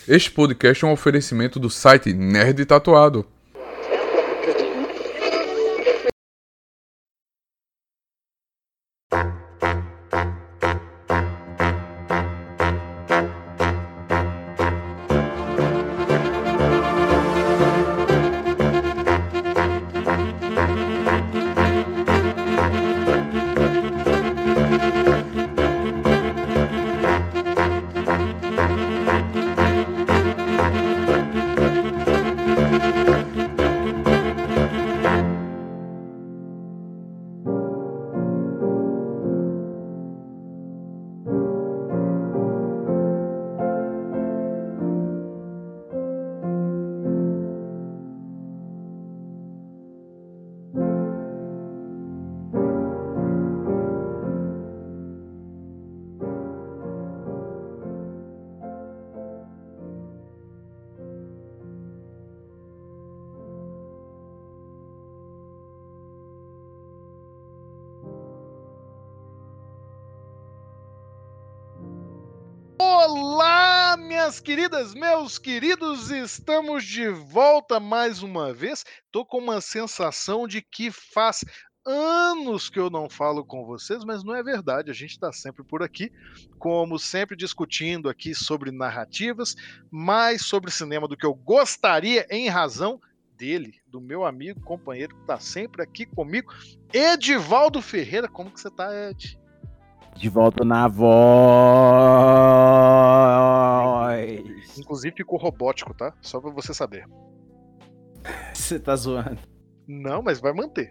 Este podcast é um oferecimento do site Nerd Tatuado. Olá, minhas queridas, meus queridos, estamos de volta mais uma vez. Tô com uma sensação de que faz anos que eu não falo com vocês, mas não é verdade. A gente está sempre por aqui, como sempre, discutindo aqui sobre narrativas, mais sobre cinema do que eu gostaria, em razão dele, do meu amigo, companheiro que está sempre aqui comigo, Edivaldo Ferreira. Como que você tá, Ed? De volta na voz. Inclusive ficou robótico, tá? Só pra você saber. Você tá zoando. Não, mas vai manter.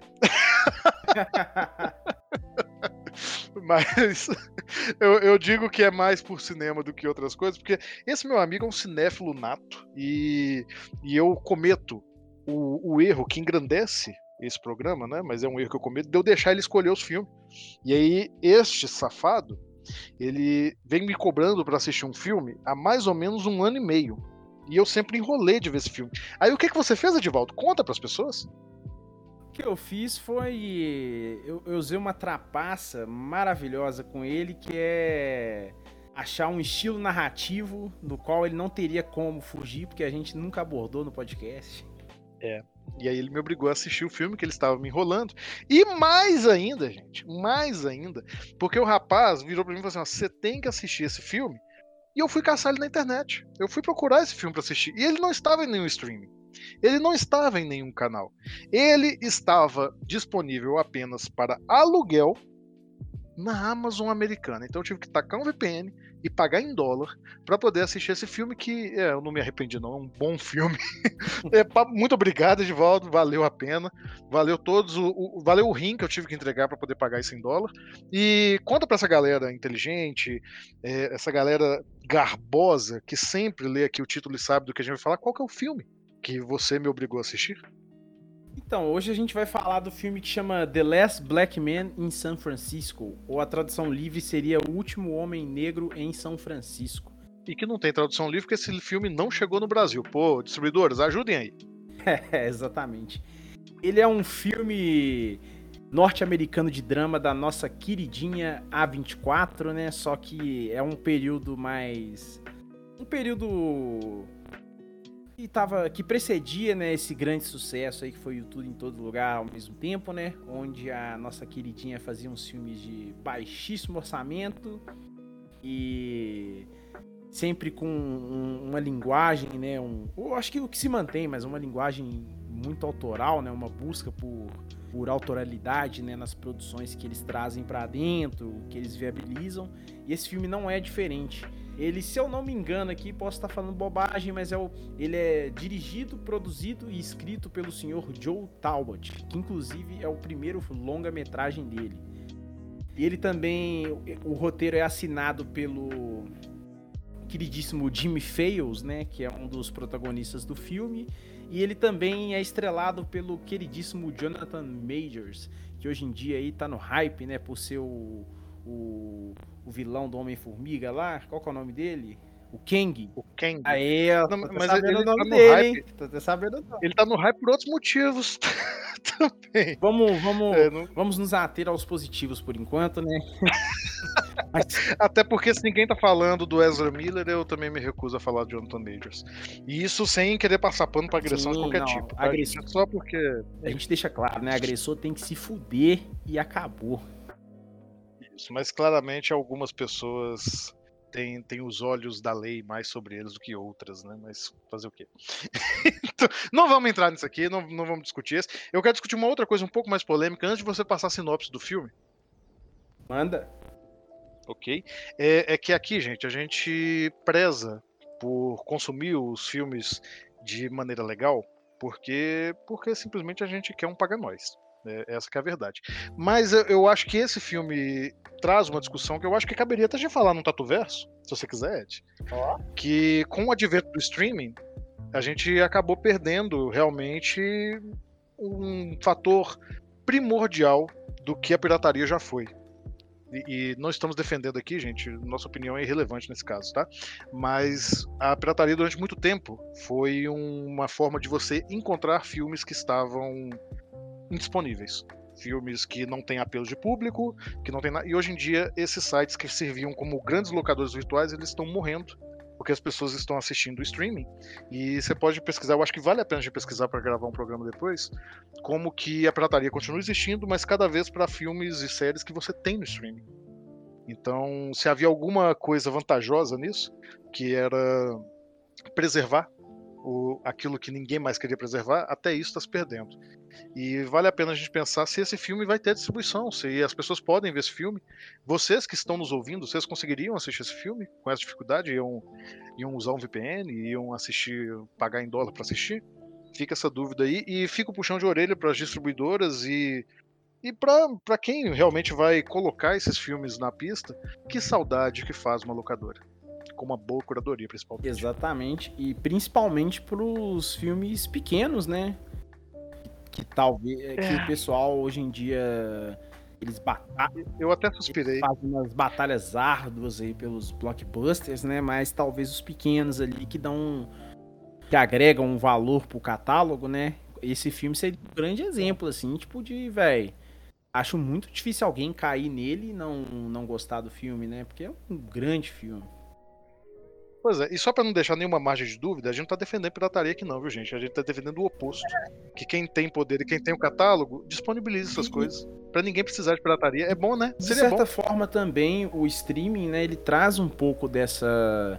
Mas eu digo que é mais por cinema do que outras coisas, porque esse meu amigo é um cinéfilo nato e eu cometo o erro que engrandece esse programa, né? Mas é um erro que eu cometo de eu deixar ele escolher os filmes. E aí, este safado, ele vem me cobrando pra assistir um filme há mais ou menos 1 ano e meio. E eu sempre enrolei de ver esse filme. Aí o que você fez, Edivaldo? Conta pras pessoas. O que eu fiz foi... Eu usei uma trapaça maravilhosa com ele, que é achar um estilo narrativo do qual ele não teria como fugir, porque a gente nunca abordou no podcast. E aí ele me obrigou a assistir o filme, que ele estava me enrolando. E mais ainda, gente, mais ainda, porque o rapaz virou pra mim e falou assim: ó, você tem que assistir esse filme. E eu fui caçar ele na internet. Eu fui procurar esse filme pra assistir. E ele não estava em nenhum streaming. Ele não estava em nenhum canal. Ele estava disponível apenas para aluguel na Amazon americana. Então eu tive que tacar um VPN e pagar em dólar para poder assistir esse filme que eu não me arrependi não, é um bom filme. Muito obrigado, Edivaldo, valeu a pena. Valeu todos valeu o rim que eu tive que entregar para poder pagar isso em dólar. E conta para essa galera inteligente, essa galera garbosa que sempre lê aqui o título e sabe do que a gente vai falar, qual que é o filme que você me obrigou a assistir? Então, hoje a gente vai falar do filme que chama The Last Black Man in San Francisco, ou a tradução livre seria O Último Homem Negro em São Francisco. E que não tem tradução livre porque esse filme não chegou no Brasil. Pô, distribuidores, ajudem aí. Exatamente. Ele é um filme norte-americano de drama da nossa queridinha A24, né? Só que é um período mais... Um período que precedia, né, esse grande sucesso aí que foi o Tudo em Todo Lugar ao mesmo tempo, né? Onde a nossa queridinha fazia uns filmes de baixíssimo orçamento e sempre com uma linguagem, né? Eu acho que o que se mantém, mas uma linguagem muito autoral, né? Uma busca por autoralidade, né? Nas produções que eles trazem pra dentro, que eles viabilizam. E esse filme não é diferente. Ele, se eu não me engano aqui, posso estar falando bobagem, mas ele é dirigido, produzido e escrito pelo senhor Joe Talbot, que inclusive é o primeiro longa-metragem dele. E ele também, o roteiro é assinado pelo queridíssimo Jimmy Fails, né, que é um dos protagonistas do filme, e ele também é estrelado pelo queridíssimo Jonathan Majors, que hoje em dia aí tá no hype, né, por ser o vilão do Homem-Formiga lá, qual que é o nome dele? O Kang. O Kang. Aí, ó, Não, tô mas sabendo ele o nome tá no dele, hype. hein? Tô até sabendo o nome. Ele tá no hype por outros motivos também. Vamos nos ater aos positivos por enquanto, né? Mas, Até porque se ninguém tá falando do Ezra Miller, eu também me recuso a falar de Jonathan Majors. E isso sem querer passar pano pra agressão de sim, qualquer não, tipo, tá, agressão. gente? É só porque... A gente deixa claro, né? Agressor tem que se fuder e acabou. Isso, mas claramente algumas pessoas têm os olhos da lei mais sobre eles do que outras, né? Mas fazer o quê? Então, não vamos entrar nisso aqui, não vamos discutir isso. Eu quero discutir uma outra coisa um pouco mais polêmica antes de você passar a sinopse do filme, Manda. ok? É que aqui, gente, a gente preza por consumir os filmes de maneira legal, porque simplesmente a gente quer um paga-nós. Essa que é a verdade. Mas eu acho que esse filme traz uma discussão que eu acho que caberia até a gente falar num Tatuverso, se você quiser, Ed. Que com o advento do streaming, a gente acabou perdendo realmente um fator primordial do que a pirataria já foi. E não estamos defendendo aqui, gente, nossa opinião é irrelevante nesse caso, tá? Mas a pirataria durante muito tempo foi uma forma de você encontrar filmes que estavam indisponíveis. Filmes que não têm apelo de público, que não tem nada. E hoje em dia, esses sites que serviam como grandes locadores virtuais, eles estão morrendo, porque as pessoas estão assistindo o streaming. E você pode pesquisar, eu acho que vale a pena a gente pesquisar para gravar um programa depois, como que a pirataria continua existindo, mas cada vez para filmes e séries que você tem no streaming. Então, se havia alguma coisa vantajosa nisso, que era preservar aquilo que ninguém mais queria preservar, até isso está se perdendo. E vale a pena a gente pensar se esse filme vai ter distribuição, se as pessoas podem ver esse filme. Vocês que estão nos ouvindo, vocês conseguiriam assistir esse filme com essa dificuldade? Iam usar um VPN? Iam assistir, pagar em dólar para assistir? Fica essa dúvida aí. E fica o puxão de orelha para as distribuidoras e para quem realmente vai colocar esses filmes na pista. Que saudade que faz uma locadora. Com uma boa curadoria, principalmente. Exatamente. E principalmente pros filmes pequenos, né? Que talvez que o pessoal hoje em dia eles eu até suspirei. Fazem umas batalhas árduas aí pelos blockbusters, né? Mas talvez os pequenos ali que agregam um valor pro catálogo, né? Esse filme seria um grande exemplo assim, tipo de, velho, acho muito difícil alguém cair nele e não gostar do filme, né? Porque é um grande filme. Pois é, e só pra não deixar nenhuma margem de dúvida, a gente não tá defendendo pirataria aqui não, viu, gente? A gente tá defendendo o oposto. Que quem tem poder e quem tem o catálogo, disponibiliza essas coisas. Pra ninguém precisar de pirataria. É bom, né? De certa forma também, o streaming, né, ele traz um pouco dessa...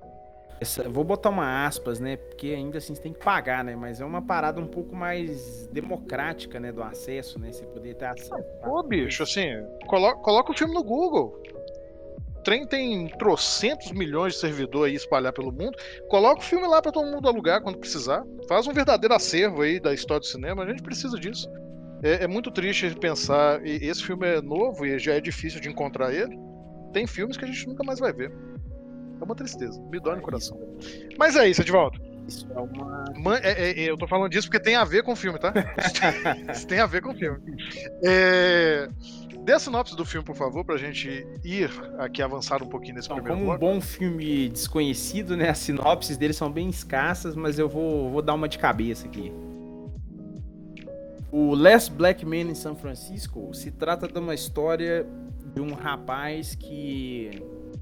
Vou botar uma aspas, né, porque ainda assim você tem que pagar, né, mas é uma parada um pouco mais democrática, né, do acesso, né, você poder ter acesso. Pô, bicho, assim, coloca o filme no Google. O trem tem trocentos milhões de servidor aí espalhar pelo mundo. Coloca o filme lá pra todo mundo alugar quando precisar. Faz um verdadeiro acervo aí da história do cinema. A gente precisa disso. É muito triste pensar. Esse filme é novo e já é difícil de encontrar ele. Tem filmes que a gente nunca mais vai ver. É uma tristeza. Me dói no coração. Mas é isso, Edvaldo. Isso é uma... eu tô falando disso porque tem a ver com o filme, tá? Isso tem a ver com o filme. Dê a sinopse do filme, por favor, pra gente ir aqui avançar um pouquinho nesse primeiro bloco. Como um bom filme desconhecido, né? As sinopses dele são bem escassas, mas eu vou dar uma de cabeça aqui. O Last Black Man in San Francisco se trata de uma história de um rapaz que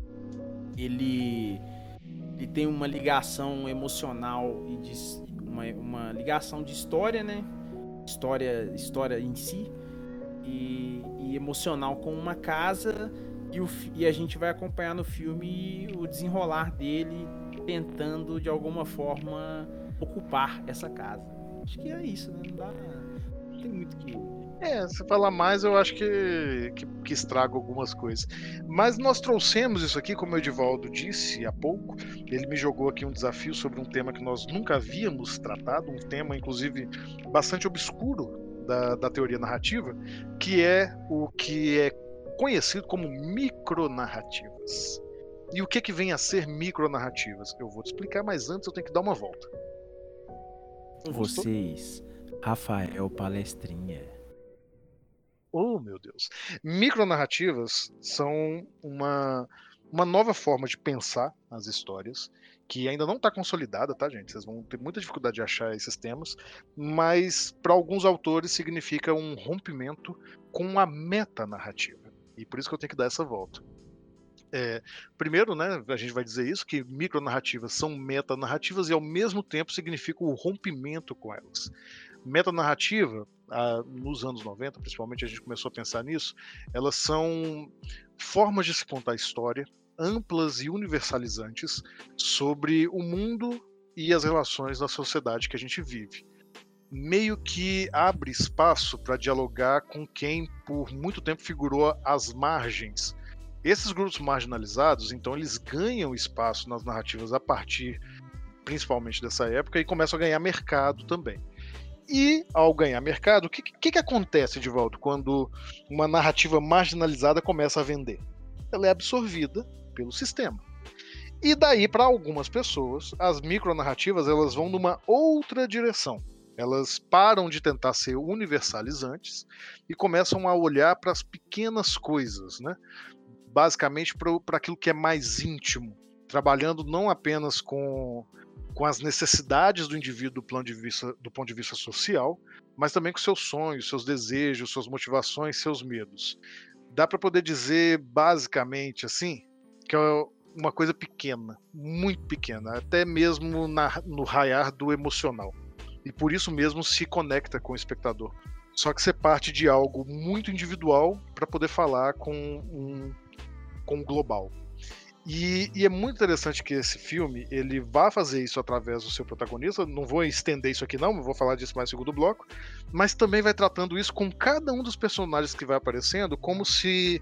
ele tem uma ligação emocional e uma ligação de história, né? História em si e emocional com uma casa e a gente vai acompanhar no filme o desenrolar dele tentando de alguma forma ocupar essa casa. Acho que é isso, né? Não tem muito que... se falar mais, eu acho que estraga algumas coisas. Mas nós trouxemos isso aqui, como o Edivaldo disse há pouco. Ele me jogou aqui um desafio sobre um tema que nós nunca havíamos tratado, um tema, inclusive, bastante obscuro da teoria narrativa, que é o que é conhecido como micronarrativas. E o que vem a ser micronarrativas? Eu vou te explicar, mas antes eu tenho que dar uma volta. Com vocês, Rafael Palestrinha. Oh, meu Deus. Micronarrativas são uma uma nova forma de pensar as histórias, que ainda não está consolidada, tá, gente? Vocês vão ter muita dificuldade de achar esses temas, mas para alguns autores significa um rompimento com a metanarrativa. E por isso que eu tenho que dar essa volta. Primeiro, né, a gente vai dizer isso, que micronarrativas são metanarrativas e ao mesmo tempo significa o rompimento com elas. Metanarrativa, nos anos 90, principalmente, a gente começou a pensar nisso, elas são formas de se contar história amplas e universalizantes sobre o mundo e as relações da sociedade que a gente vive. Meio que abre espaço para dialogar com quem por muito tempo figurou às margens. Esses grupos marginalizados, então, eles ganham espaço nas narrativas a partir, principalmente dessa época, e começam a ganhar mercado também. E, ao ganhar mercado, o que acontece, Edivaldo, quando uma narrativa marginalizada começa a vender? Ela é absorvida pelo sistema. E daí, para algumas pessoas, as micronarrativas elas vão numa outra direção. Elas param de tentar ser universalizantes e começam a olhar para as pequenas coisas, né? Basicamente para aquilo que é mais íntimo, trabalhando não apenas com as necessidades do indivíduo do ponto de vista social, mas também com seus sonhos, seus desejos, suas motivações, seus medos. Dá para poder dizer basicamente assim que é uma coisa pequena, muito pequena, até mesmo no raiar do emocional. E por isso mesmo se conecta com o espectador. Só que você parte de algo muito individual para poder falar com o global. E é muito interessante que esse filme ele vá fazer isso através do seu protagonista. Não vou estender isso aqui não, vou falar disso mais no segundo bloco, mas também vai tratando isso com cada um dos personagens que vai aparecendo como se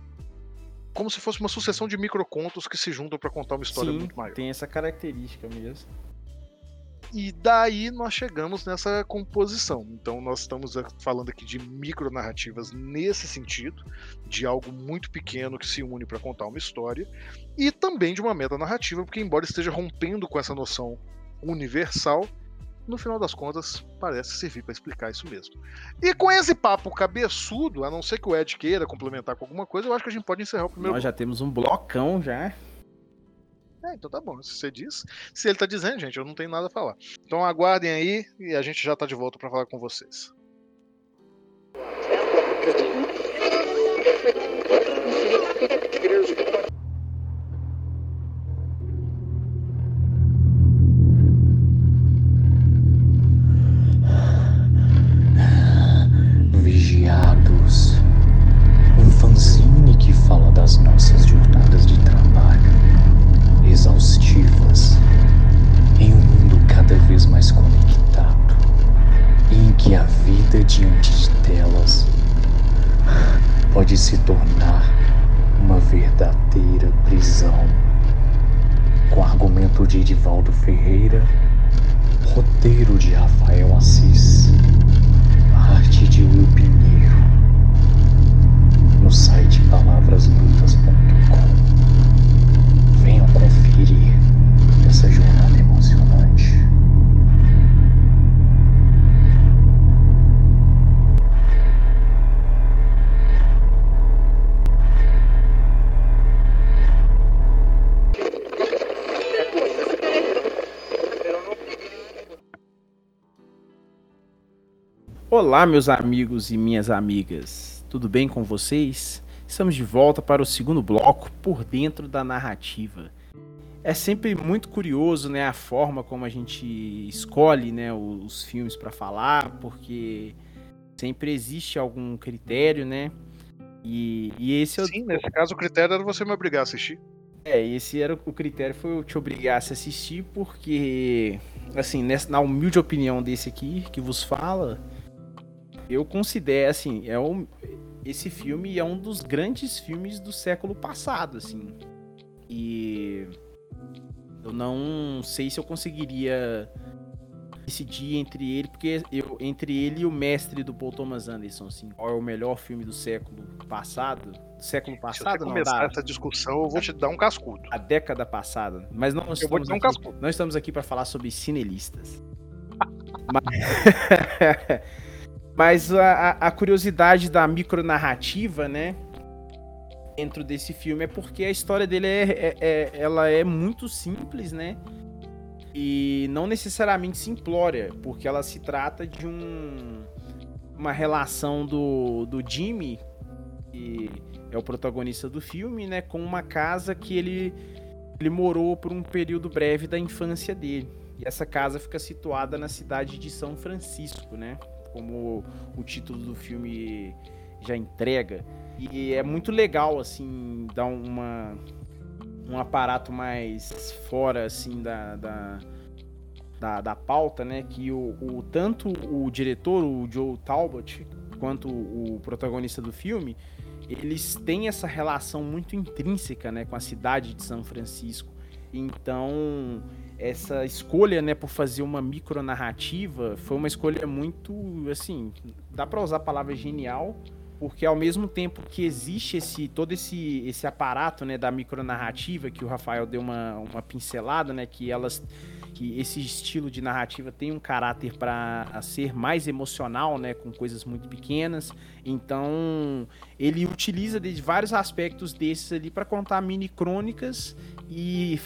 fosse uma sucessão de microcontos que se juntam para contar uma história muito maior. Tem essa característica mesmo. E daí nós chegamos nessa composição. Então nós estamos falando aqui de micronarrativas nesse sentido, de algo muito pequeno que se une para contar uma história, e também de uma metanarrativa, porque embora esteja rompendo com essa noção universal, no final das contas parece servir para explicar isso mesmo. E com esse papo cabeçudo, a não ser que o Ed queira complementar com alguma coisa, eu acho que a gente pode encerrar o primeiro bloco. Nós já temos um blocão já. Então tá bom, se você diz. Se ele tá dizendo, gente, eu não tenho nada a falar. Então aguardem aí e a gente já tá de volta pra falar com vocês. Vigiados. Um fanzine que fala das nossas jornadas de trabalho. Exaustivas, em um mundo cada vez mais conectado, em que a vida diante de telas pode se tornar uma verdadeira prisão. Com argumento de Edivaldo Ferreira, roteiro de Rafael Assis, arte de Will Pinheiro, no site palavrasbrutas.com. Venham conferir essa jornada emocionante. Olá, meus amigos e minhas amigas. Tudo bem com vocês? Estamos de volta para o segundo bloco, Por Dentro da Narrativa. É sempre muito curioso, né, a forma como a gente escolhe, né, os filmes para falar, porque sempre existe algum critério, né? E esse Sim, nesse caso o critério era você me obrigar a assistir. Esse era o critério, foi eu te obrigar a se assistir, porque, assim, na humilde opinião desse aqui que vos fala, eu considero, assim, esse filme é um dos grandes filmes do século passado, assim. E eu não sei se eu conseguiria decidir entre ele, porque entre ele e o Mestre do Paul Thomas Anderson, assim, qual é o melhor filme do século passado? Se você começar essa discussão, eu vou te dar um cascudo. A década passada. Mas não estamos aqui para falar sobre cinelistas. Mas a curiosidade da micronarrativa, né? dentro desse filme é porque a história dele ela é muito simples, né? E não necessariamente simplória, porque ela se trata de uma relação do Jimmy, que é o protagonista do filme, né? Com uma casa que ele morou por um período breve da infância dele. E essa casa fica situada na cidade de São Francisco, né? Como o título do filme já entrega. E é muito legal, assim, dar um aparato mais fora, assim, da pauta, né? Que tanto o diretor, o Joe Talbot, quanto o protagonista do filme, eles têm essa relação muito intrínseca, né, com a cidade de São Francisco. Então, essa escolha, né, por fazer uma micronarrativa foi uma escolha muito, assim, dá para usar a palavra genial, porque ao mesmo tempo que existe todo esse aparato, né, da micronarrativa, que o Rafael deu uma pincelada, né, que esse estilo de narrativa tem um caráter para ser mais emocional, né, com coisas muito pequenas. Então, ele utiliza de vários aspectos desses ali para contar mini crônicas e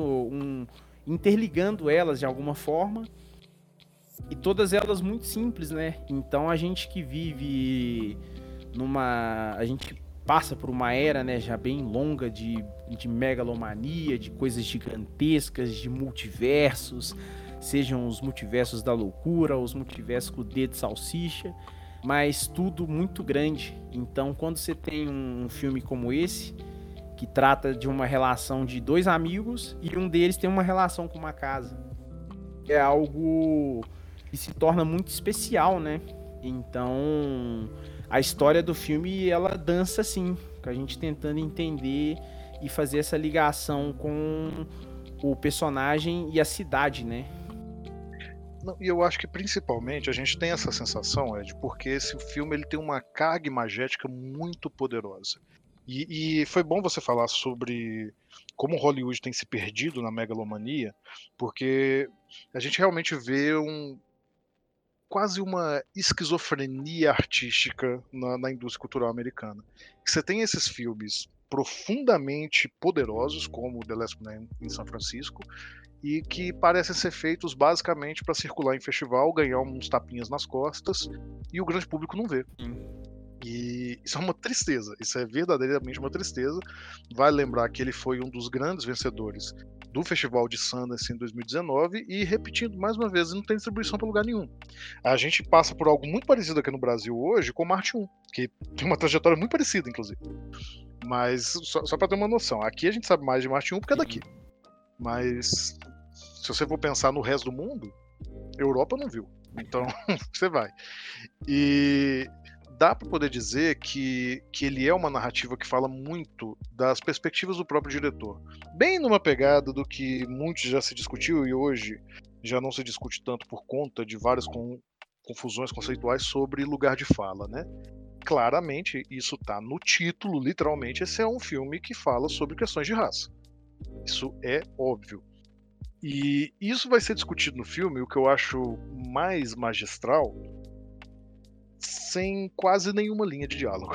interligando elas de alguma forma. E todas elas muito simples, né? Então, a gente que vive a gente passa por uma era, né, já bem longa de megalomania, de coisas gigantescas, de multiversos, sejam os multiversos da loucura, os multiversos com o dedo de salsicha, mas tudo muito grande. Então, quando você tem um filme como esse, que trata de uma relação de dois amigos e um deles tem uma relação com uma casa, é algo que se torna muito especial, né? Então, a história do filme, ela dança assim, com a gente tentando entender e fazer essa ligação com o personagem e a cidade, né? E eu acho que principalmente a gente tem essa sensação, Ed, porque esse filme ele tem uma carga imagética muito poderosa. E foi bom você falar sobre como Hollywood tem se perdido na megalomania, porque a gente realmente vê quase uma esquizofrenia artística na indústria cultural americana. Você tem esses filmes profundamente poderosos, como The Last Man em São Francisco, e que parecem ser feitos basicamente para circular em festival, ganhar uns tapinhas nas costas, e o grande público não vê. E isso é uma tristeza, isso é verdadeiramente uma tristeza. Vai lembrar que ele foi um dos grandes vencedores do Festival de Sundance em 2019 e, repetindo mais uma vez, não tem distribuição para lugar nenhum. A gente passa por algo muito parecido aqui no Brasil hoje com Marte 1, que tem uma trajetória muito parecida, inclusive. Mas, só para ter uma noção, aqui a gente sabe mais de Marte 1 porque é daqui. Mas, se você for pensar no resto do mundo, Europa não viu. Então, você vai. E dá para poder dizer que ele é uma narrativa que fala muito das perspectivas do próprio diretor. Bem numa pegada do que muitos já se discutiu e hoje já não se discute tanto por conta de várias confusões conceituais sobre lugar de fala, né? Claramente, isso tá no título, literalmente, esse é um filme que fala sobre questões de raça. Isso é óbvio. E isso vai ser discutido no filme, o que eu acho mais magistral, sem quase nenhuma linha de diálogo.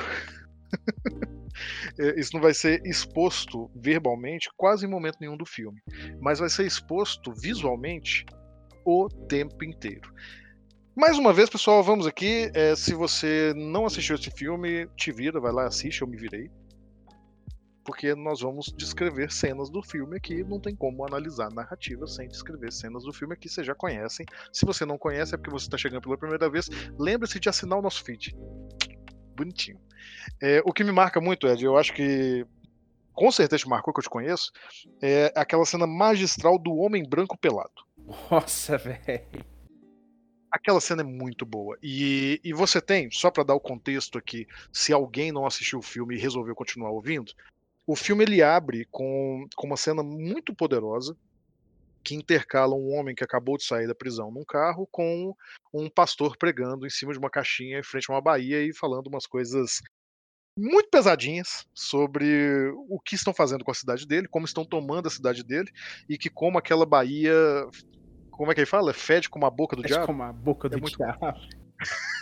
Isso não vai ser exposto verbalmente quase em momento nenhum do filme, mas vai ser exposto visualmente o tempo inteiro. Mais uma vez, pessoal, vamos aqui. Se você não assistiu esse filme, te vira, vai lá, assiste, eu me virei. Porque nós vamos descrever cenas do filme aqui, não tem como analisar narrativa sem descrever cenas do filme aqui, vocês já conhecem. Se você não conhece, é porque você está chegando pela primeira vez, lembre-se de assinar o nosso feed. Bonitinho. O que me marca muito, Ed, eu acho que com certeza te marcou, que eu te conheço, é aquela cena magistral do homem branco pelado. Nossa, velho. Aquela cena é muito boa. E você tem, só para dar o contexto aqui, se alguém não assistiu o filme e resolveu continuar ouvindo, o filme ele abre com uma cena muito poderosa que intercala um homem que acabou de sair da prisão num carro com um pastor pregando em cima de uma caixinha em frente a uma baía e falando umas coisas muito pesadinhas sobre o que estão fazendo com a cidade dele, como estão tomando a cidade dele e que como aquela baía, como é que ele fala? Fede como a boca do diabo? Como a boca do diabo.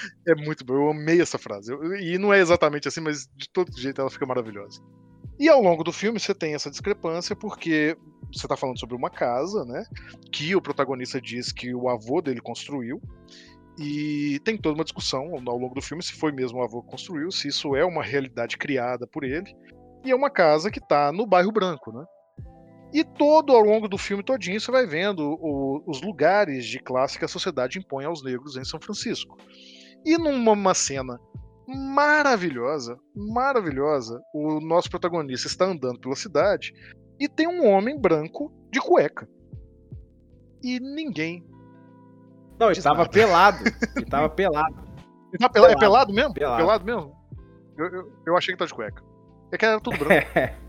É muito bom, eu amei essa frase. E não é exatamente assim, mas de todo jeito ela fica maravilhosa. E ao longo do filme você tem essa discrepância porque você tá falando sobre uma casa, né? Que o protagonista diz que o avô dele construiu. E tem toda uma discussão ao longo do filme se foi mesmo o avô que construiu, se isso é uma realidade criada por ele. E é uma casa que tá no bairro Branco, né? E todo ao longo do filme todinho você vai vendo os lugares de classe que a sociedade impõe aos negros em São Francisco. E numa cena maravilhosa, maravilhosa, o nosso protagonista está andando pela cidade e tem um homem branco de cueca. E ninguém. Não, ele diz tava nada. pelado. Ele tava pelado. Ele tá pelado, é pelado mesmo? Pelado. Pelado mesmo? Eu achei que tá de cueca. É que era tudo branco.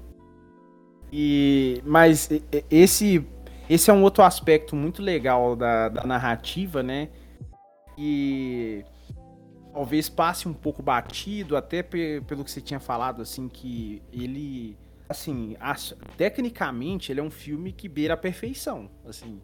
Mas esse é um outro aspecto muito legal da narrativa, né? E talvez passe um pouco batido, até pelo que você tinha falado, assim, que ele, assim, tecnicamente ele é um filme que beira a perfeição, assim.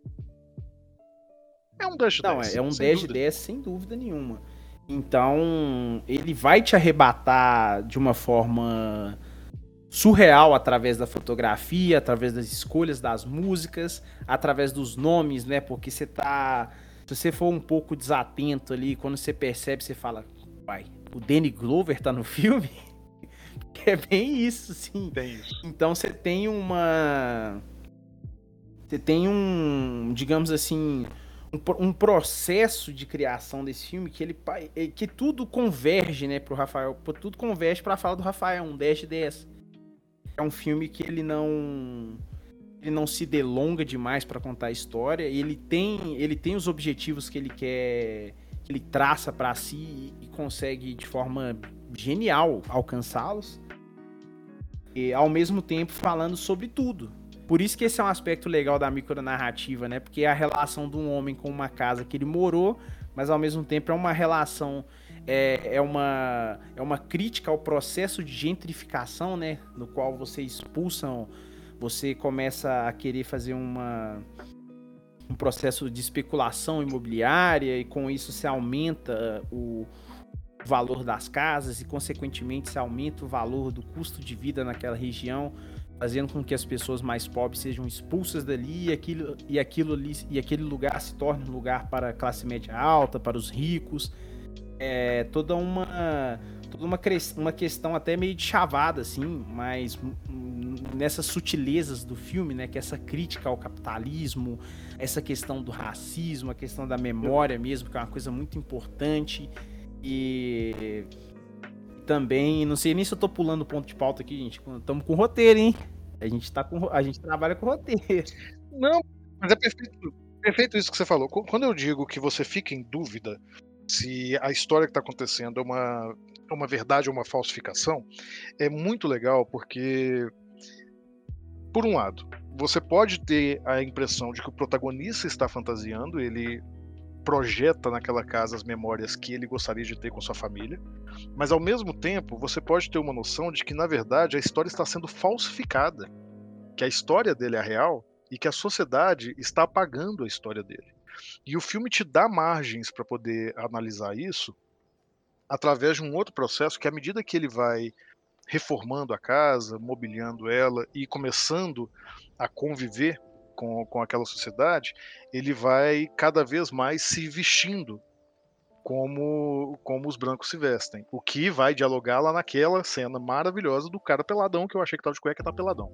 É um 10 de 10. Não, é um sem 10 de dúvida. 10 sem dúvida nenhuma. Então, ele vai te arrebatar de uma forma surreal através da fotografia, através das escolhas das músicas, através dos nomes, né? Porque você tá... Se você for um pouco desatento ali, quando você percebe, você fala, pai, o Danny Glover tá no filme? É bem isso, sim. Tem isso. Então você tem digamos assim, um processo de criação desse filme que tudo converge, né, pro Rafael, tudo converge pra fala do Rafael, um 10 de 10. É um filme que ele não se delonga demais pra contar a história, ele tem os objetivos que ele quer, que ele traça pra si e consegue de forma genial alcançá-los, e ao mesmo tempo falando sobre tudo. Por isso que esse é um aspecto legal da micronarrativa, né? Porque é a relação de um homem com uma casa que ele morou, mas ao mesmo tempo é uma relação, é uma crítica ao processo de gentrificação, né? No qual você começa a querer fazer um processo de especulação imobiliária e com isso se aumenta o valor das casas e consequentemente se aumenta o valor do custo de vida naquela região, fazendo com que as pessoas mais pobres sejam expulsas dali e aquele lugar se torne um lugar para a classe média alta, para os ricos. É toda uma questão até meio de chavada, assim, mas nessas sutilezas do filme, né, que é essa crítica ao capitalismo, essa questão do racismo, a questão da memória mesmo, que é uma coisa muito importante. E também, não sei nem se eu tô pulando o ponto de pauta aqui, gente. Estamos com roteiro, hein? A gente trabalha com roteiro. Não, mas é perfeito isso que você falou. Quando eu digo que você fica em dúvida se a história que está acontecendo é uma verdade ou uma falsificação, é muito legal porque, por um lado, você pode ter a impressão de que o protagonista está fantasiando, ele projeta naquela casa as memórias que ele gostaria de ter com sua família, mas ao mesmo tempo você pode ter uma noção de que na verdade a história está sendo falsificada, que a história dele é real e que a sociedade está apagando a história dele. E o filme te dá margens para poder analisar isso através de um outro processo que à medida que ele vai reformando a casa, mobiliando ela e começando a conviver com aquela sociedade, ele vai cada vez mais se vestindo como os brancos se vestem. O que vai dialogar lá naquela cena maravilhosa do cara peladão, que eu achei que tava de cueca e tá peladão.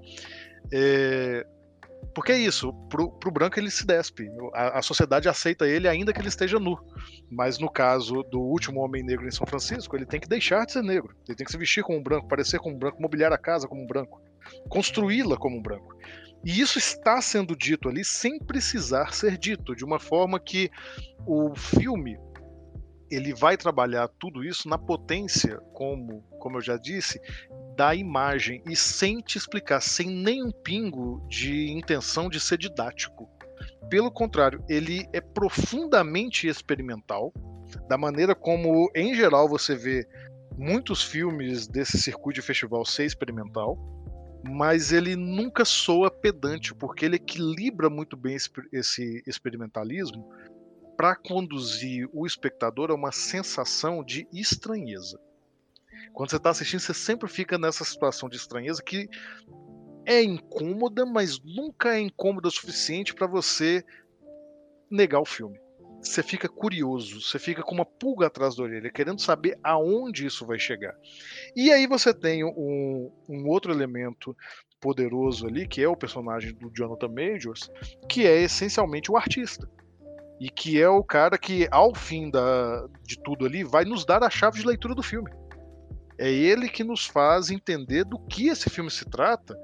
Porque é isso, pro branco ele se despe. A sociedade aceita ele ainda que ele esteja nu. Mas no caso do último homem negro em São Francisco, ele tem que deixar de ser negro. Ele tem que se vestir como um branco, parecer como um branco, mobiliar a casa como um branco, construí-la como um branco. E isso está sendo dito ali sem precisar ser dito, de uma forma que o filme ele vai trabalhar tudo isso na potência, como eu já disse, da imagem e sem te explicar, sem nenhum pingo de intenção de ser didático. Pelo contrário, ele é profundamente experimental, da maneira como, em geral, você vê muitos filmes desse circuito de festival ser experimental, mas ele nunca soa pedante, porque ele equilibra muito bem esse experimentalismo para conduzir o espectador a uma sensação de estranheza. Quando você está assistindo, você sempre fica nessa situação de estranheza que é incômoda, mas nunca é incômoda o suficiente para você negar o filme. Você fica curioso, você fica com uma pulga atrás da orelha, querendo saber aonde isso vai chegar. E aí você tem um outro elemento poderoso ali, que é o personagem do Jonathan Majors, que é essencialmente o artista. E que é o cara que, ao fim de tudo ali, vai nos dar a chave de leitura do filme. É ele que nos faz entender do que esse filme se trata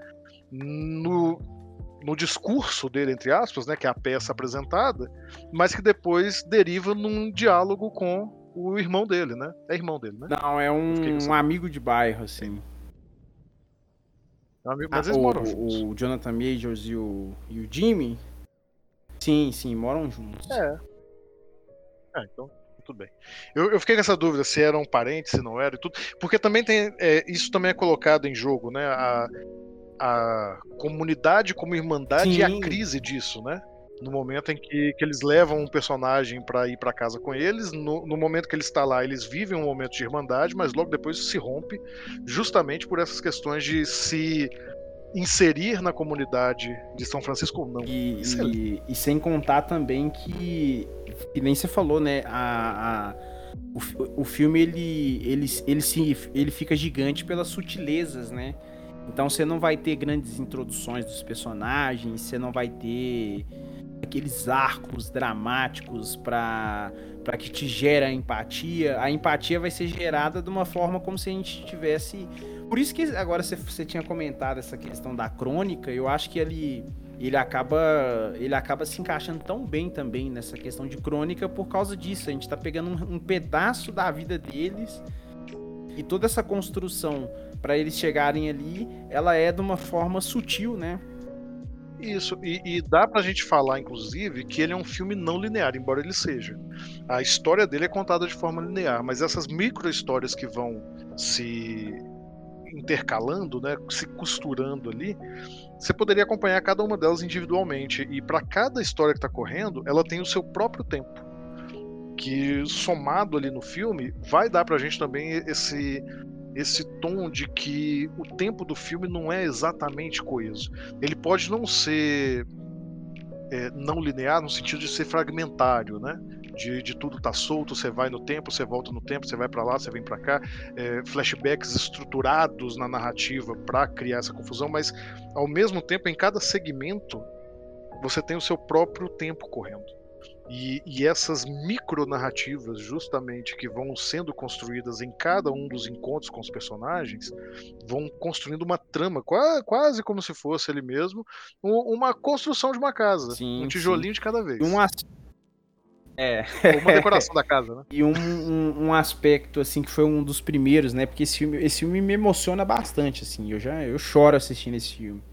no discurso dele, entre aspas, né, que é a peça apresentada, mas que depois deriva num diálogo com o irmão dele, né? É irmão dele, né? Não, é um amigo de bairro, assim. Mas eles moram juntos. O Jonathan Majors e o Jimmy? Sim, moram juntos. Então, tudo bem. Eu fiquei com essa dúvida se eram parentes, se não eram e tudo. Porque também tem. Isso também é colocado em jogo, né? A comunidade como irmandade Sim. e a crise disso, né? No momento em que eles levam um personagem para ir para casa com eles, no momento que ele está lá, eles vivem um momento de irmandade, mas logo depois isso se rompe, justamente por essas questões de se inserir na comunidade de São Francisco ou não. E sem contar também que nem você falou, né? O filme ele fica gigante pelas sutilezas, né? Então você não vai ter grandes introduções dos personagens, você não vai ter aqueles arcos dramáticos para que te gera empatia. A empatia vai ser gerada de uma forma como se a gente tivesse... Por isso que agora você tinha comentado essa questão da crônica, eu acho que ele acaba se encaixando tão bem também nessa questão de crônica por causa disso. A gente tá pegando um pedaço da vida deles e toda essa construção para eles chegarem ali, ela é de uma forma sutil, né? Isso, e dá pra gente falar, inclusive, que ele é um filme não linear, embora ele seja. A história dele é contada de forma linear, mas essas micro-histórias que vão se intercalando, né, se costurando ali, você poderia acompanhar cada uma delas individualmente, e para cada história que está correndo, ela tem o seu próprio tempo, que somado ali no filme, vai dar pra gente também esse tom de que o tempo do filme não é exatamente coeso. Ele pode não ser não linear no sentido de ser fragmentário, né? De tudo tá solto, você vai no tempo, você volta no tempo, você vai para lá, você vem para cá, flashbacks estruturados na narrativa para criar essa confusão, mas ao mesmo tempo em cada segmento você tem o seu próprio tempo correndo. E essas micronarrativas, justamente, que vão sendo construídas em cada um dos encontros com os personagens, vão construindo uma trama, quase como se fosse ele mesmo, uma construção de uma casa. Sim, um tijolinho de cada vez. Uma decoração da casa, né? E um aspecto, assim, que foi um dos primeiros, né? Porque esse filme me emociona bastante, assim. Eu choro assistindo esse filme.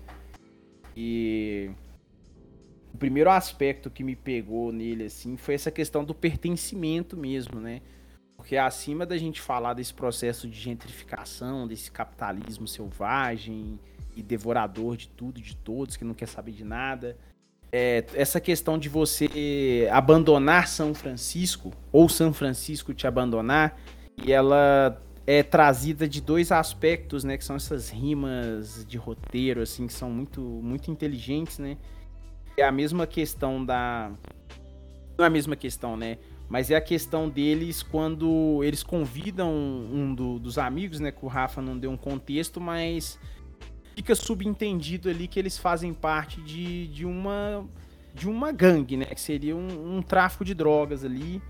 E... o primeiro aspecto que me pegou nele, assim, foi essa questão do pertencimento mesmo, né? Porque acima da gente falar desse processo de gentrificação, desse capitalismo selvagem e devorador de tudo e de todos, que não quer saber de nada, essa questão de você abandonar São Francisco, ou São Francisco te abandonar, e ela é trazida de dois aspectos, né? Que são essas rimas de roteiro, assim, que são muito, muito inteligentes, né? É a mesma questão da... não é a mesma questão, né? Mas é a questão deles quando eles convidam dos amigos, né? Que o Rafa não deu um contexto, mas fica subentendido ali que eles fazem parte de uma gangue, né? Que seria um tráfico de drogas ali.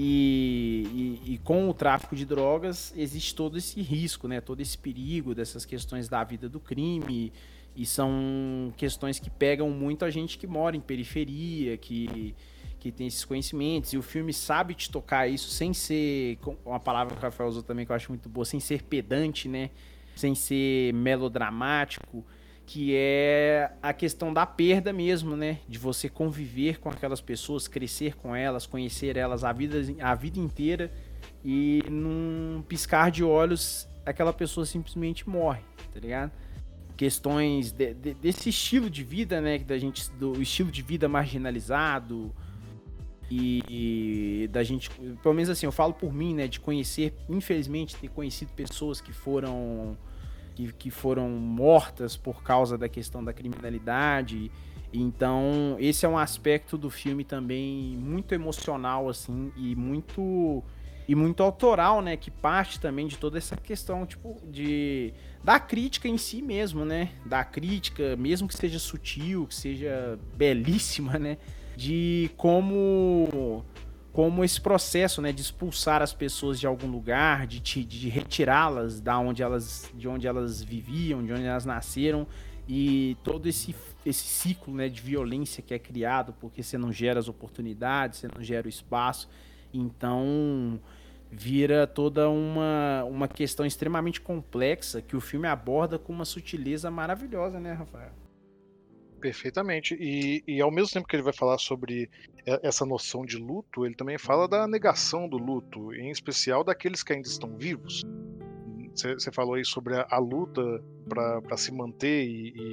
E com o tráfico de drogas existe todo esse risco, né? Todo esse perigo dessas questões da vida do crime. E são questões que pegam muito a gente que mora em periferia, que tem esses conhecimentos. E o filme sabe te tocar isso sem ser, uma palavra que o Rafael usou também que eu acho muito boa, sem ser pedante, né? Sem ser melodramático, que é a questão da perda mesmo, né? De você conviver com aquelas pessoas, crescer com elas, conhecer elas a vida inteira e num piscar de olhos aquela pessoa simplesmente morre, tá ligado? Questões desse estilo de vida, né, do estilo de vida marginalizado, e da gente, pelo menos assim, eu falo por mim, né, de conhecer, infelizmente, ter conhecido pessoas que foram mortas por causa da questão da criminalidade. Então, esse é um aspecto do filme também muito emocional, assim, e muito autoral, né, que parte também de toda essa questão, tipo, da crítica em si mesmo, né, da crítica, mesmo que seja sutil, que seja belíssima, né, de como esse processo, né, de expulsar as pessoas de algum lugar, de retirá-las de onde elas viviam, de onde elas nasceram, e todo esse ciclo, né, de violência que é criado porque você não gera as oportunidades, você não gera o espaço. Então vira toda uma questão extremamente complexa que o filme aborda com uma sutileza maravilhosa, né, Rafael? Perfeitamente. E ao mesmo tempo que ele vai falar sobre essa noção de luto, ele também fala da negação do luto, em especial daqueles que ainda estão vivos. Você falou aí sobre a luta para se manter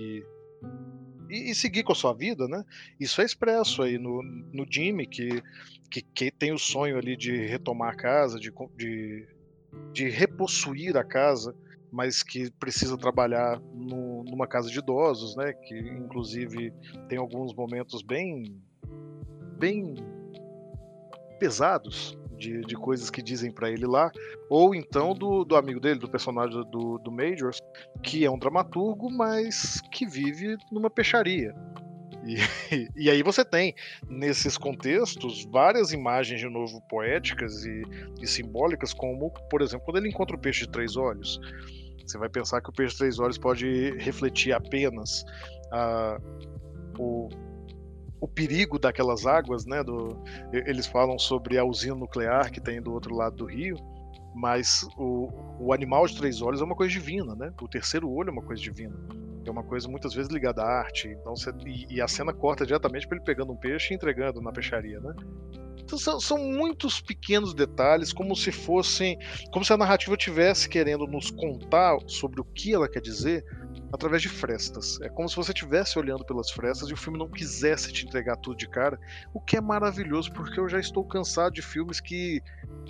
e seguir com a sua vida, né? Isso é expresso aí no Jimmy, que tem o sonho ali de retomar a casa, de repossuir a casa, mas que precisa trabalhar numa casa de idosos, né? Que inclusive tem alguns momentos bem pesados de coisas que dizem pra ele lá, ou então do amigo dele, do personagem do Majors, que é um dramaturgo, mas que vive numa peixaria. E aí você tem, nesses contextos, várias imagens, de novo, poéticas e simbólicas, como, por exemplo, quando ele encontra o peixe de 3 olhos. Você vai pensar que o peixe de 3 olhos pode refletir apenas o perigo daquelas águas, né? Eles falam sobre a usina nuclear que tem do outro lado do rio, mas o animal de 3 olhos é uma coisa divina, né? O terceiro olho é uma coisa divina. É uma coisa muitas vezes ligada à arte. Então e a cena corta diretamente para ele pegando um peixe e entregando na peixaria, né? Então são muitos pequenos detalhes, como se a narrativa estivesse querendo nos contar sobre o que ela quer dizer através de frestas. É como se você estivesse olhando pelas frestas e o filme não quisesse te entregar tudo de cara, o que é maravilhoso, porque eu já estou cansado de filmes que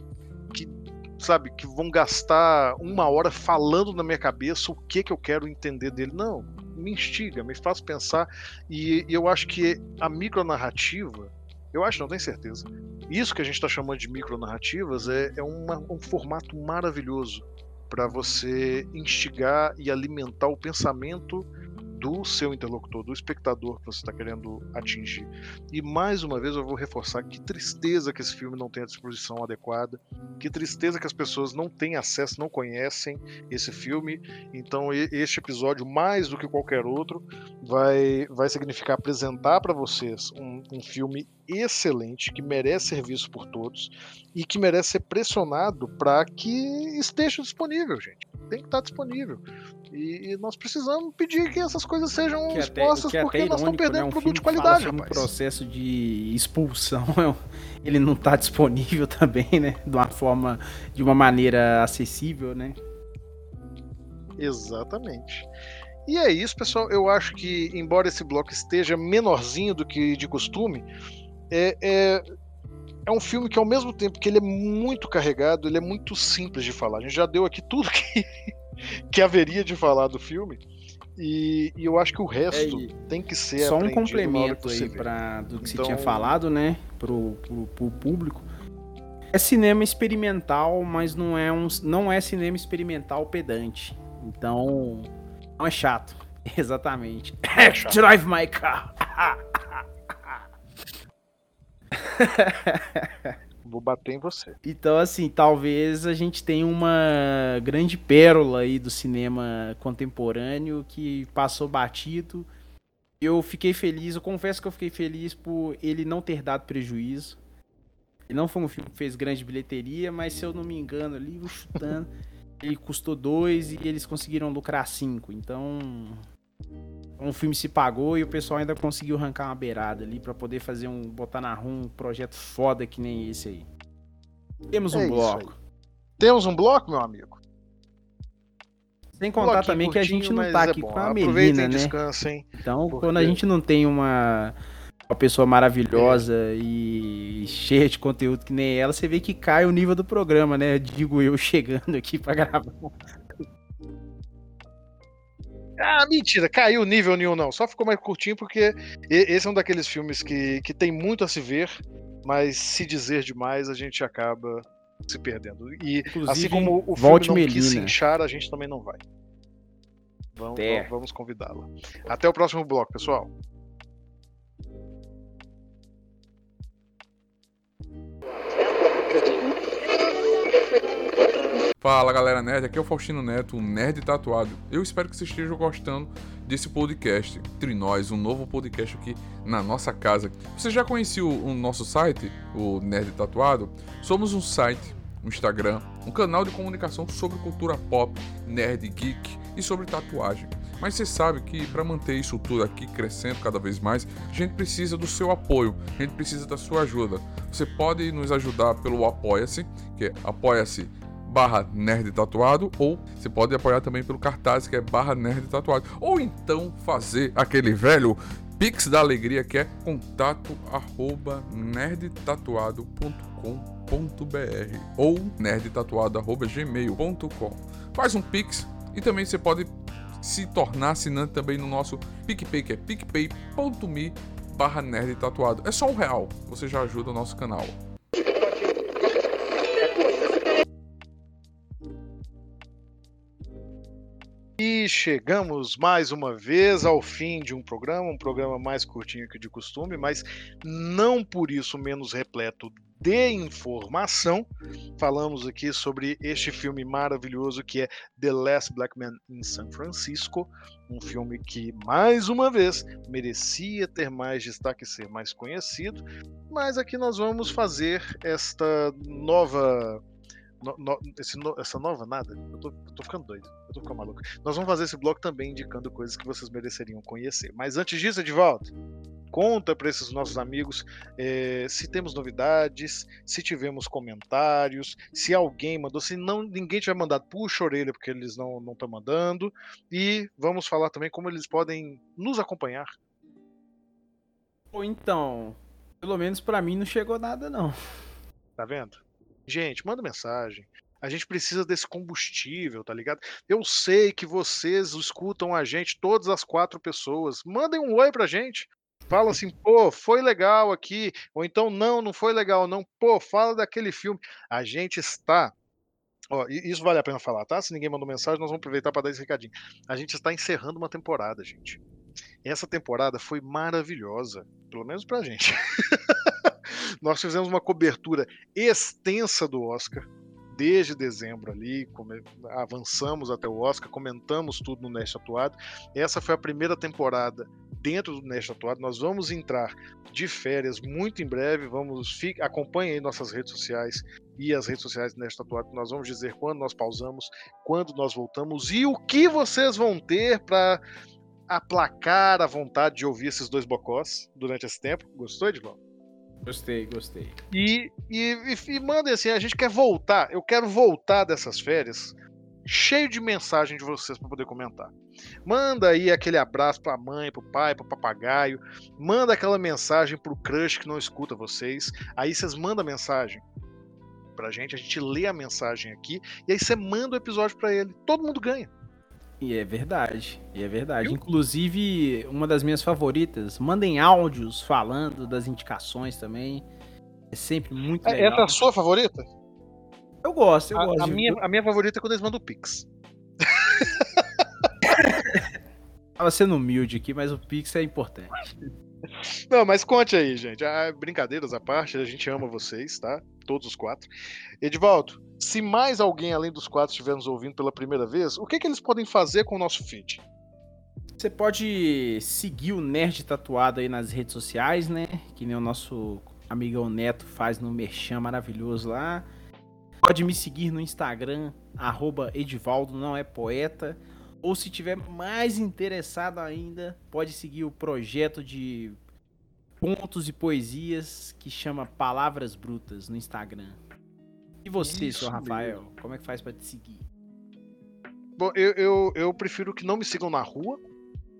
vão gastar 1 hora falando na minha cabeça o que eu quero entender dele. Não, me instiga, me faz pensar, e eu acho que a micronarrativa, não tenho certeza, isso que a gente está chamando de micronarrativas é um formato maravilhoso para você instigar e alimentar o pensamento do seu interlocutor, do espectador que você está querendo atingir. E mais uma vez eu vou reforçar: que tristeza que esse filme não tem a disposição adequada, que tristeza que as pessoas não têm acesso, não conhecem esse filme. Então este episódio, mais do que qualquer outro, vai significar apresentar para vocês um filme excelente, que merece ser visto por todos e que merece ser pressionado para que esteja disponível, gente. Tem que estar disponível. E nós precisamos pedir que essas coisas sejam expostas, porque nós estamos perdendo, né, produto de qualidade, rapaz. Um processo de expulsão, ele não está disponível também, né? De uma maneira acessível, né? Exatamente. E é isso, pessoal. Eu acho que, embora esse bloco esteja menorzinho do que de costume, é um filme que, ao mesmo tempo que ele é muito carregado, ele é muito simples de falar. A gente já deu aqui tudo que haveria de falar do filme, e eu acho que o resto tem que ser só um complemento aí do que você tinha falado, né, pro público. É cinema experimental, mas não é cinema experimental pedante. Então, não é chato. Exatamente. Drive my car. Vou bater em você. Então, assim, talvez a gente tenha uma grande pérola aí do cinema contemporâneo que passou batido. Eu fiquei feliz, eu confesso que eu fiquei feliz por ele não ter dado prejuízo. Ele não foi um filme que fez grande bilheteria, mas se eu não me engano ali, vou chutando, ele custou 2 e eles conseguiram lucrar 5. Então, um filme se pagou e o pessoal ainda conseguiu arrancar uma beirada ali pra poder botar na rua um projeto foda que nem esse aí. Temos um bloco. Temos um bloco, meu amigo? Sem contar também que a gente não tá aqui com a Melina, né? Descansem, então, quando a gente não tem uma uma pessoa maravilhosa e cheia de conteúdo que nem ela, você vê que cai o nível do programa, né? Digo eu chegando aqui pra gravar. Ah, mentira, caiu o nível nenhum não, só ficou mais curtinho porque esse é um daqueles filmes que tem muito a se ver, mas se dizer demais a gente acaba se perdendo. E Inclusive, assim como o filme volte não quis se Melina. inchar, a gente também não vai. Vamos convidá-la. Até o próximo bloco, pessoal. Fala galera nerd, aqui é o Faustino Neto, o Nerd Tatuado. Eu espero que vocês estejam gostando desse podcast. Entre nós, um novo podcast aqui na nossa casa. Você já conhecia o nosso site, o Nerd Tatuado? Somos um site, um Instagram, um canal de comunicação sobre cultura pop, nerd, geek e sobre tatuagem. Mas você sabe que para manter isso tudo aqui crescendo cada vez mais, a gente precisa do seu apoio, a gente precisa da sua ajuda. Você pode nos ajudar pelo Apoia-se, que é apoia-se/Nerd Tatuado, ou você pode apoiar também pelo Cartaz, que é /Nerd Tatuado, ou então fazer aquele velho Pix da Alegria, que é contato@nerdtatuado.com.br ou nerdtatuado@gmail.com. Faz um Pix e também você pode se tornar assinante também no nosso PicPay, que é picpay.me/Nerd Tatuado. É só R$1, você já ajuda o nosso canal. E chegamos mais uma vez ao fim de um programa mais curtinho que de costume, mas não por isso menos repleto de informação. Falamos aqui sobre este filme maravilhoso que é The Last Black Man in San Francisco, um filme que, mais uma vez, merecia ter mais destaque e ser mais conhecido, mas aqui nós vamos fazer esta nova... essa nova nada, eu tô ficando doido, eu tô ficando maluco. Nós vamos fazer esse bloco também indicando coisas que vocês mereceriam conhecer. Mas antes disso, Edivaldo, conta para esses nossos amigos se temos novidades, se tivemos comentários, se alguém mandou, se não, ninguém tiver mandado, puxa a orelha porque eles não estão mandando. E vamos falar também como eles podem nos acompanhar. Ou então, pelo menos pra mim não chegou nada não. Tá vendo? Gente, manda mensagem. A gente precisa desse combustível, tá ligado? Eu sei que vocês escutam a gente, todas as 4 pessoas. Mandem um oi pra gente. Fala assim, pô, foi legal aqui. Ou então, não foi legal, não. Pô, fala daquele filme. A gente está. Ó, isso vale a pena falar, tá? Se ninguém mandou mensagem, nós vamos aproveitar para dar esse recadinho. A gente está encerrando uma temporada, gente. Essa temporada foi maravilhosa, pelo menos pra gente. Nós fizemos uma cobertura extensa do Oscar, desde dezembro ali, avançamos até o Oscar, comentamos tudo no Nerd Tatuado. Essa foi a primeira temporada dentro do Nerd Tatuado. Nós vamos entrar de férias muito em breve, acompanhem aí nossas redes sociais e as redes sociais do Nerd Tatuado. Nós vamos dizer quando nós pausamos, quando nós voltamos e o que vocês vão ter para aplacar a vontade de ouvir esses dois bocós durante esse tempo. Gostou, Edvaldo? Gostei. E mandem assim, a gente quer voltar, eu quero voltar dessas férias cheio de mensagem de vocês para poder comentar. Manda aí aquele abraço pra mãe, pro pai, pro papagaio, manda aquela mensagem pro crush que não escuta vocês, aí vocês mandam a mensagem pra gente, a gente lê a mensagem aqui, e aí você manda o episódio pra ele, todo mundo ganha. E é verdade. Inclusive, uma das minhas favoritas, mandem áudios falando das indicações também. É sempre muito legal. Essa é a sua favorita? Eu gosto. A minha favorita é quando eles mandam o Pix. Tava sendo humilde aqui, mas o Pix é importante. Não, mas conte aí, gente. Brincadeiras à parte, a gente ama vocês, tá? Todos os 4. Edivaldo, se mais alguém além dos 4 estiver nos ouvindo pela primeira vez, o que eles podem fazer com o nosso feed? Você pode seguir o Nerd Tatuado aí nas redes sociais, né? Que nem o nosso amigão Neto faz no merchan maravilhoso lá. Pode me seguir no Instagram, @Edivaldo não é poeta. Ou se tiver mais interessado ainda, pode seguir o projeto de contos e poesias que chama Palavras Brutas no Instagram. E você, Isso seu Rafael, mesmo. como é que faz pra te seguir? Bom, eu prefiro que não me sigam na rua.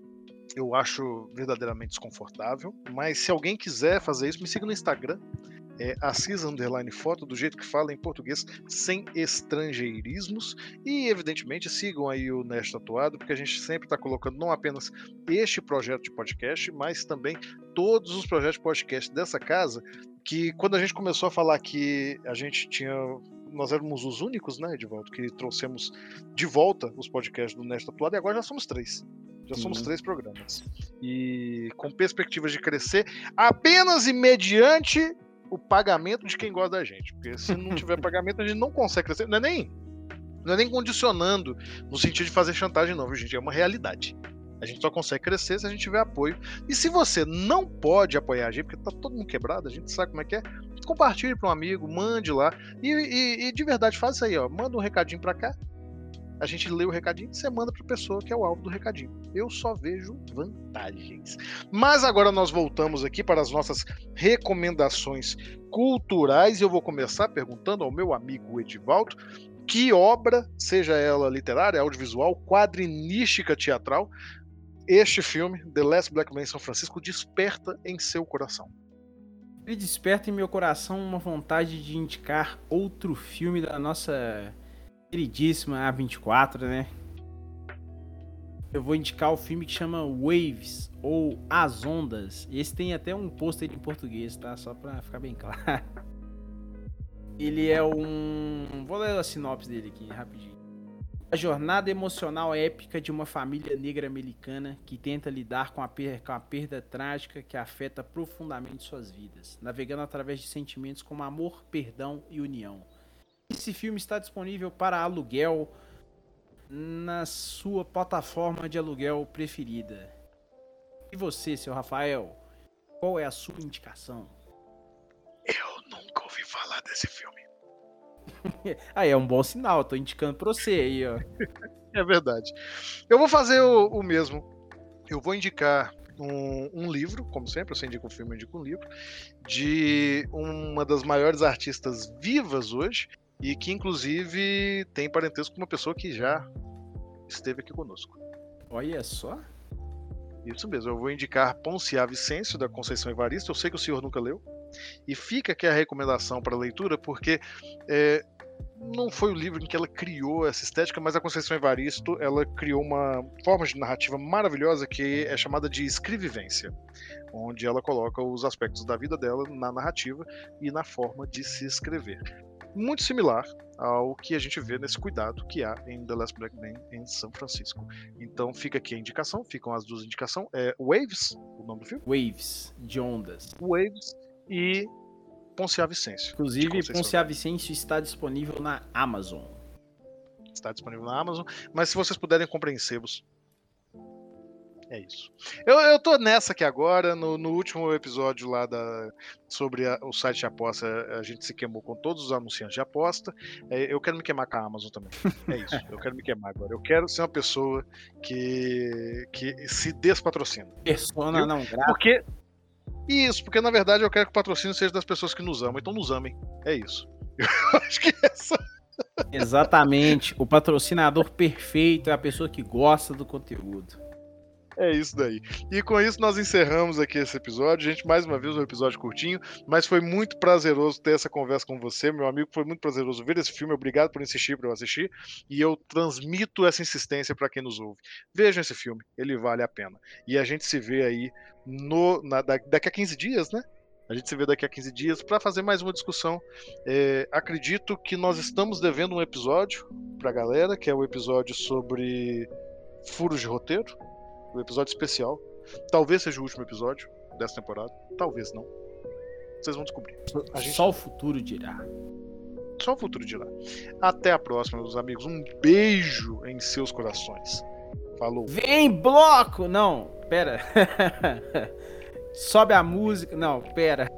Eu acho verdadeiramente desconfortável, mas se alguém quiser fazer isso, me siga no Instagram, Assis_foto, do jeito que fala em português, sem estrangeirismos, e evidentemente sigam aí o Nerd Tatuado, porque a gente sempre está colocando não apenas este projeto de podcast, mas também todos os projetos de podcast dessa casa, que quando a gente começou a falar que nós éramos os únicos, né, Edivaldo, que trouxemos de volta os podcasts do Nerd Tatuado, e agora já somos 3. Já somos 3 programas. E com perspectivas de crescer apenas e mediante o pagamento de quem gosta da gente. Porque se não tiver pagamento, a gente não consegue crescer. Não é nem condicionando no sentido de fazer chantagem, não, viu, gente? É uma realidade. A gente só consegue crescer se a gente tiver apoio. E se você não pode apoiar a gente, porque tá todo mundo quebrado, a gente sabe como é que é, compartilhe para um amigo, mande lá. E de verdade, faz isso aí, ó. Manda um recadinho para cá. A gente lê o recadinho e você manda para a pessoa que é o alvo do recadinho. Eu só vejo vantagens. Mas agora nós voltamos aqui para as nossas recomendações culturais. E eu vou começar perguntando ao meu amigo Edivaldo que obra, seja ela literária, audiovisual, quadrinística, teatral, este filme, The Last Black Man em São Francisco, desperta em seu coração. Ele desperta em meu coração uma vontade de indicar outro filme da nossa queridíssima A24, né? Eu vou indicar o filme que chama Waves, ou As Ondas. Esse tem até um pôster em português, tá? Só pra ficar bem claro. Ele é Vou ler a sinopse dele aqui, rapidinho. A jornada emocional épica de uma família negra americana que tenta lidar com a perda trágica que afeta profundamente suas vidas, navegando através de sentimentos como amor, perdão e união. Esse filme está disponível para aluguel na sua plataforma de aluguel preferida. E você, seu Rafael, qual é a sua indicação? Eu nunca ouvi falar desse filme. Aí é um bom sinal, tô indicando pra você aí, ó. É verdade. Eu vou fazer o mesmo. Eu vou indicar um livro, como sempre, você indica um filme, eu indico um livro, de uma das maiores artistas vivas hoje, e que inclusive tem parentesco com uma pessoa que já esteve aqui conosco. Olha só. Isso mesmo, eu vou indicar Ponciá Vicêncio, da Conceição Evaristo. Eu sei que o senhor nunca leu. E fica aqui a recomendação para leitura, porque não foi o livro em que ela criou essa estética, mas a Conceição Evaristo, ela criou uma forma de narrativa maravilhosa que é chamada de escrevivência, onde ela coloca os aspectos da vida dela na narrativa e na forma de se escrever. Muito similar ao que a gente vê nesse cuidado que há em The Last Black Man em São Francisco. Então fica aqui a indicação, ficam as duas indicações. Waves, o nome do filme? Waves, de ondas. Waves e Ponciá Vicêncio. Inclusive, Ponciá Vicêncio está disponível na Amazon. Está disponível na Amazon, mas se vocês puderem compreensê-los, é isso. Eu tô nessa aqui agora, no último episódio lá sobre o site de aposta, a gente se queimou com todos os anunciantes de aposta. Eu quero me queimar com a Amazon também. É isso, eu quero me queimar agora. Eu quero ser uma pessoa que se despatrocina. Persona não grata. Porque na verdade eu quero que o patrocínio seja das pessoas que nos amam, então nos amem. É isso. Eu acho que é essa. Exatamente. O patrocinador perfeito é a pessoa que gosta do conteúdo. É isso daí. E com isso nós encerramos aqui esse episódio. Gente, mais uma vez um episódio curtinho, mas foi muito prazeroso ter essa conversa com você, meu amigo. Foi muito prazeroso ver esse filme. Obrigado por insistir para eu assistir. E eu transmito essa insistência para quem nos ouve. Vejam esse filme, ele vale a pena. E a gente se vê aí daqui a 15 dias, né? A gente se vê daqui a 15 dias para fazer mais uma discussão. Acredito que nós estamos devendo um episódio pra galera, que é o episódio sobre furos de roteiro. Um episódio especial. Talvez seja o último episódio dessa temporada. Talvez não. Vocês vão descobrir. Só o futuro dirá. Só o futuro dirá. Até a próxima, meus amigos. Um beijo em seus corações. Falou. Vem, bloco! Não, pera. Sobe a música. Não, pera.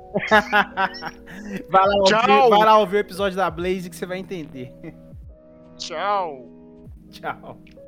Vai lá ouvir o episódio da Blaze que você vai entender. Tchau. Tchau.